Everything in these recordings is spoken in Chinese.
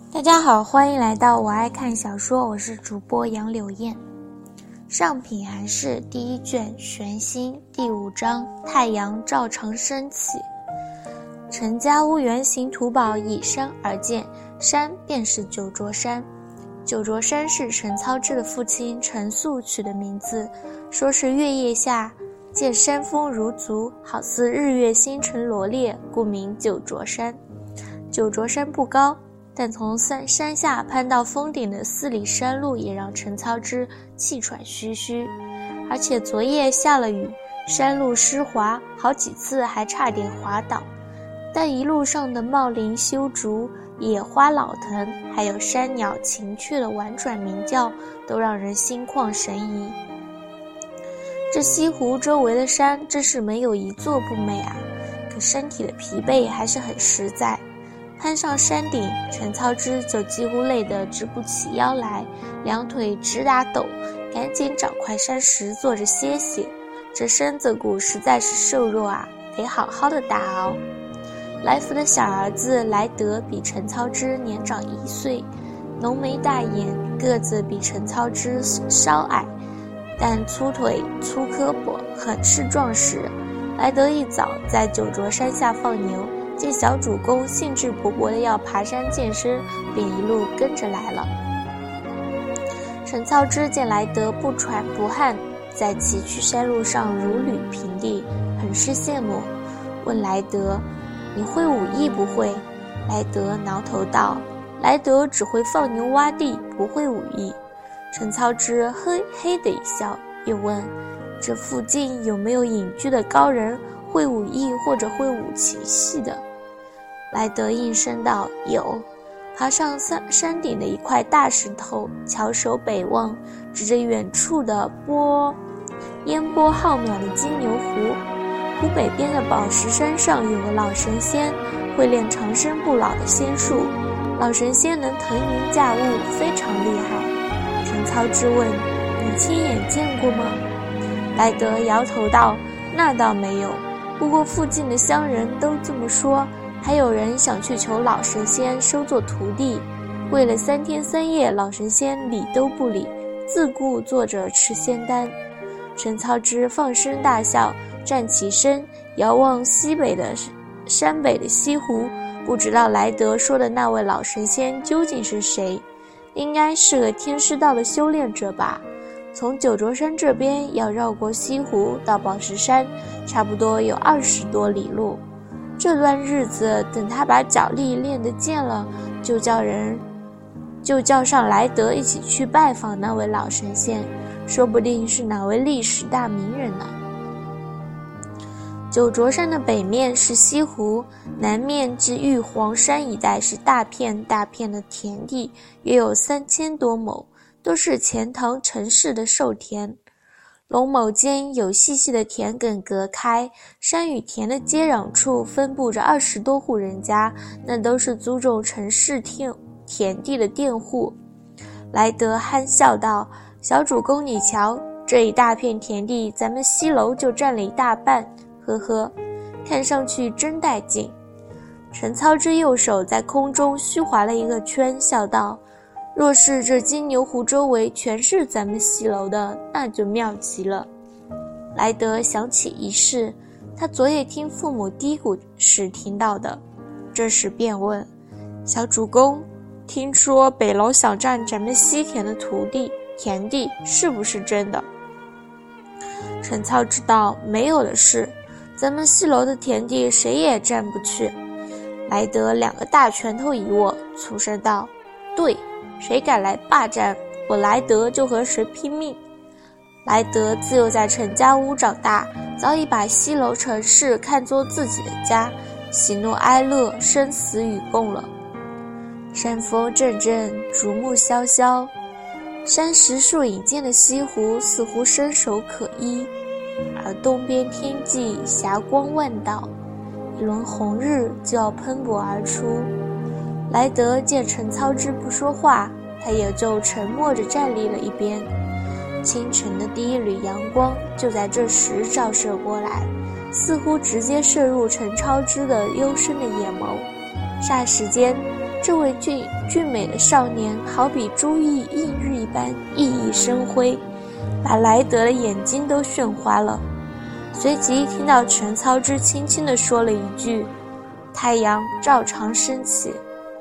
大家好，欢迎来到我爱看小说，我是主播杨柳燕。上品韩氏第一卷玄心第5章太阳照常升起。陈家屋原形图堡倚山而建，山便是九卓山。九卓山是陈操之的父亲陈宿取的名字，说是月夜下见山峰如足，好似日月星辰罗列，故名九卓山。九卓山不高，但从山下攀到峰顶的4里山路也让陈操之气喘吁吁，而且昨夜下了雨，山路湿滑，好几次还差点滑倒。但一路上的茂林修竹、野花老藤，还有山鸟禽雀的婉转鸣叫，都让人心旷神怡。这西湖周围的山真是没有一座不美啊，可身体的疲惫还是很实在。攀上山顶，陈操之就几乎累得直不起腰来，两腿直打抖，赶紧找块山石坐着歇歇。这身子骨实在是瘦弱啊，得好好的打熬。来福的小儿子来德比陈操之年长1岁，浓眉大眼，个子比陈操之稍矮，但粗腿粗胳膊，很是壮实。来德一早在九卓山下放牛，见小主公兴致勃勃地要爬山健身，便一路跟着来了。陈操之见来德不喘不汗，在崎岖山路上如履平地，很是羡慕，问来德：“你会武艺不会？”来德挠头道：“来德只会放牛挖地，不会武艺。”陈操之嘿嘿的一笑，又问：“这附近有没有隐居的高人，会武艺或者会舞琴戏的？”来德应声道：“有。”爬上山顶的一块大石头，翘首北望，指着远处的烟波浩渺的金牛湖。湖北边的宝石山上有个老神仙，会练长生不老的仙术。老神仙能腾云驾雾，非常厉害。陈操之问：“你亲眼见过吗？”来德摇头道：“那倒没有，不过附近的乡人都这么说，还有人想去求老神仙收做徒弟。为了3天3夜，老神仙理都不理，自顾坐着吃仙丹。”陈操之放声大笑，站起身，遥望山北的西湖，不知道来德说的那位老神仙究竟是谁，应该是个天师道的修炼者吧。从九卓山这边要绕过西湖到宝石山，差不多有20多里路。这段日子等他把脚力练得健了，就叫上来德一起去拜访那位老神仙，说不定是哪位历史大名人呢。九卓山的北面是西湖，南面至玉皇山一带是大片大片的田地，约有3000多亩，都是钱塘陈氏的寿田。龙某间有细细的田埂隔开，山与田的接壤处分布着20多户人家，那都是租种陈氏田地的佃户。来德憨笑道：“小主公你瞧，这一大片田地，咱们西楼就占了一大半，呵呵，看上去真带劲。”陈操之右手在空中虚划了一个圈，笑道：“若是这金牛湖周围全是咱们西楼的，那就妙极了。”来德想起一事，他昨夜听父母嘀咕时听到的，这时便问：“小主公，听说北楼想占咱们西田的田地，是不是真的？”陈操知道没有的事，咱们西楼的田地谁也占不去。来德2个大拳头一握，粗声道：“对，谁敢来霸占，我来德就和谁拼命。”来德自幼在陈家屋长大，早已把西楼陈氏看作自己的家，喜怒哀乐生死与共了。山风阵阵，竹木萧萧，山石树影间的西湖似乎伸手可依，而东边天际霞光万道，一轮红日就要喷薄而出。来德见陈操之不说话，他也就沉默着站立了一边。清晨的第一缕阳光就在这时照射过来，似乎直接射入陈操之的幽深的眼眸。 霎时间，这位俊美的少年好比珠熠映日一般熠熠生辉，把莱德的眼睛都炫花了。随即听到陈操之轻轻地说了一句：“太阳照常升起。”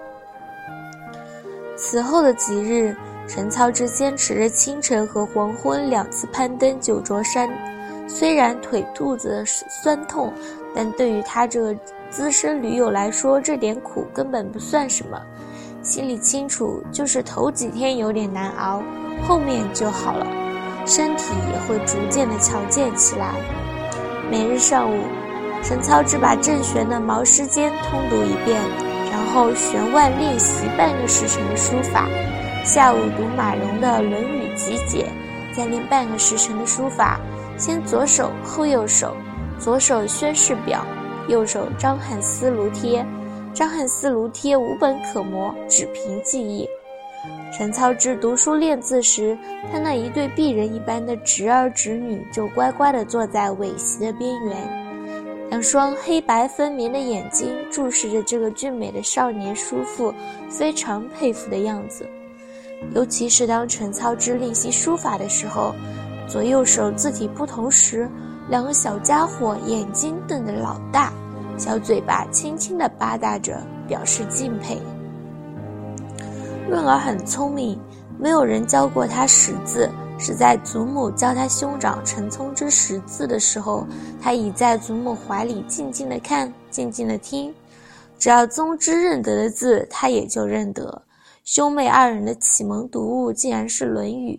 此后的几日，陈操之坚持着清晨和黄昏2次攀登九卓山。虽然腿肚子酸痛，但对于他这个资深驴友来说，这点苦根本不算什么。心里清楚，就是头几天有点难熬，后面就好了，身体也会逐渐的强健起来。每日上午，陈操之把郑玄的《毛诗笺》通读一遍，然后悬腕练习半个时辰的书法。下午读马融的《论语集解》，再练半个时辰的书法。先左手后右手，左手宣誓表，右手张翰思炉贴。张翰思炉贴无本可磨，只凭记忆。陈操之读书练字时，他那一对璧人一般的侄儿侄女就乖乖地坐在尾席的边缘，两双黑白分明的眼睛注视着这个俊美的少年叔父，非常佩服的样子。尤其是当陈操之练习书法的时候，左右手字体不同时，两个小家伙眼睛瞪得老大，小嘴巴轻轻地吧嗒着，表示敬佩。润儿很聪明，没有人教过他识字，是在祖母教他兄长陈聪之识字的时候，他倚在祖母怀里静静地看，静静地听。只要宗之认得的字，他也就认得。兄妹二人的启蒙读物竟然是《论语》，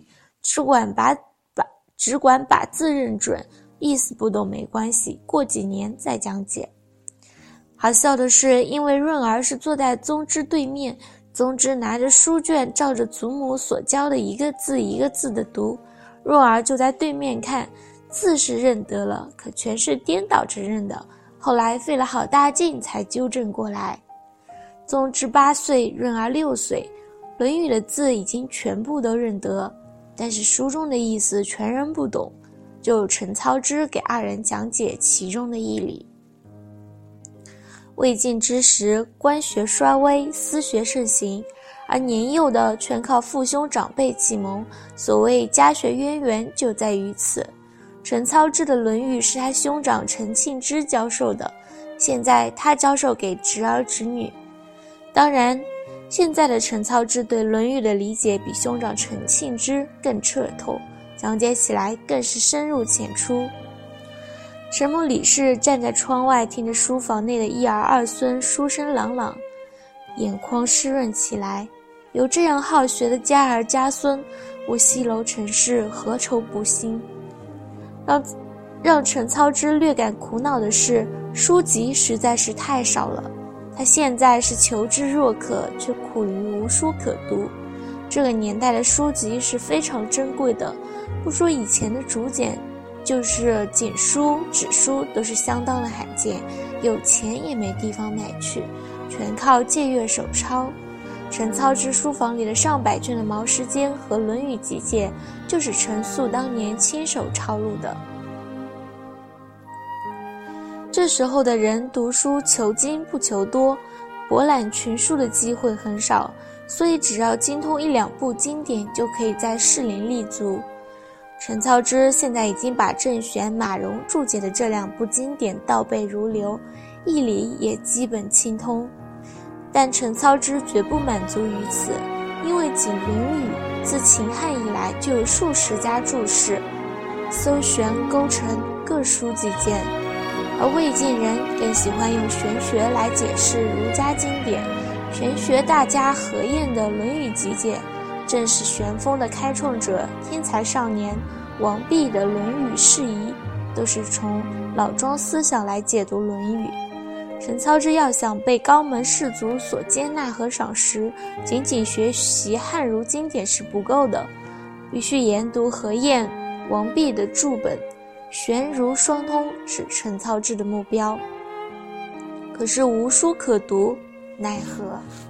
只管把字认准，意思不懂没关系，过几年再讲解。好笑的是，因为润儿是坐在宗之对面，宗之拿着书卷照着祖母所教的一个字一个字的读，润儿就在对面看，字是认得了，可全是颠倒着认的，后来费了好大劲才纠正过来。宗之8岁，润儿6岁，《论语》的字已经全部都认得，但是书中的意思全然不懂，就陈操之给二人讲解其中的义理。魏晋之时，官学衰微，私学盛行，而年幼的全靠父兄长辈启蒙，所谓家学渊源就在于此。陈操之的《论语》是他兄长陈庆之教授的，现在他教授给侄儿侄女。当然，现在的陈操之对《论语》的理解比兄长陈庆之更彻透，讲解起来更是深入浅出。神母李氏站在窗外，听着书房内的一儿二孙书声朗朗，眼眶湿润起来。有这样好学的家儿家孙，我西楼城市何愁不兴？让陈操之略感苦恼的是，书籍实在是太少了。他现在是求知若渴，却苦于无书可读。这个年代的书籍是非常珍贵的，不说以前的竹简，就是锦书、纸书都是相当的罕见，有钱也没地方买去，全靠借阅手抄。陈操之书房里的上百卷的《毛诗笺》和《论语集解》，就是陈素当年亲手抄录的。这时候的人读书求精不求多，博览群书的机会很少，所以只要精通1-2部经典，就可以在士林立足。陈操之现在已经把郑玄、马融注解的这2部经典倒背如流，义理也基本精通。但陈操之绝不满足于此，因为仅《论语》自秦汉以来就有数十家注释，搜玄勾陈各抒己见，而魏晋人更喜欢用玄学来解释儒家经典。玄学大家何晏的《论语集解》正是玄风的开创者，天才少年王弼的《论语释疑》都是从老庄思想来解读《论语》。陈操之要想被高门士族所接纳和赏识，仅仅学习汉儒经典是不够的，必须研读何晏、王弼的注本，玄儒双通是陈操之的目标。可是无书可读，奈何？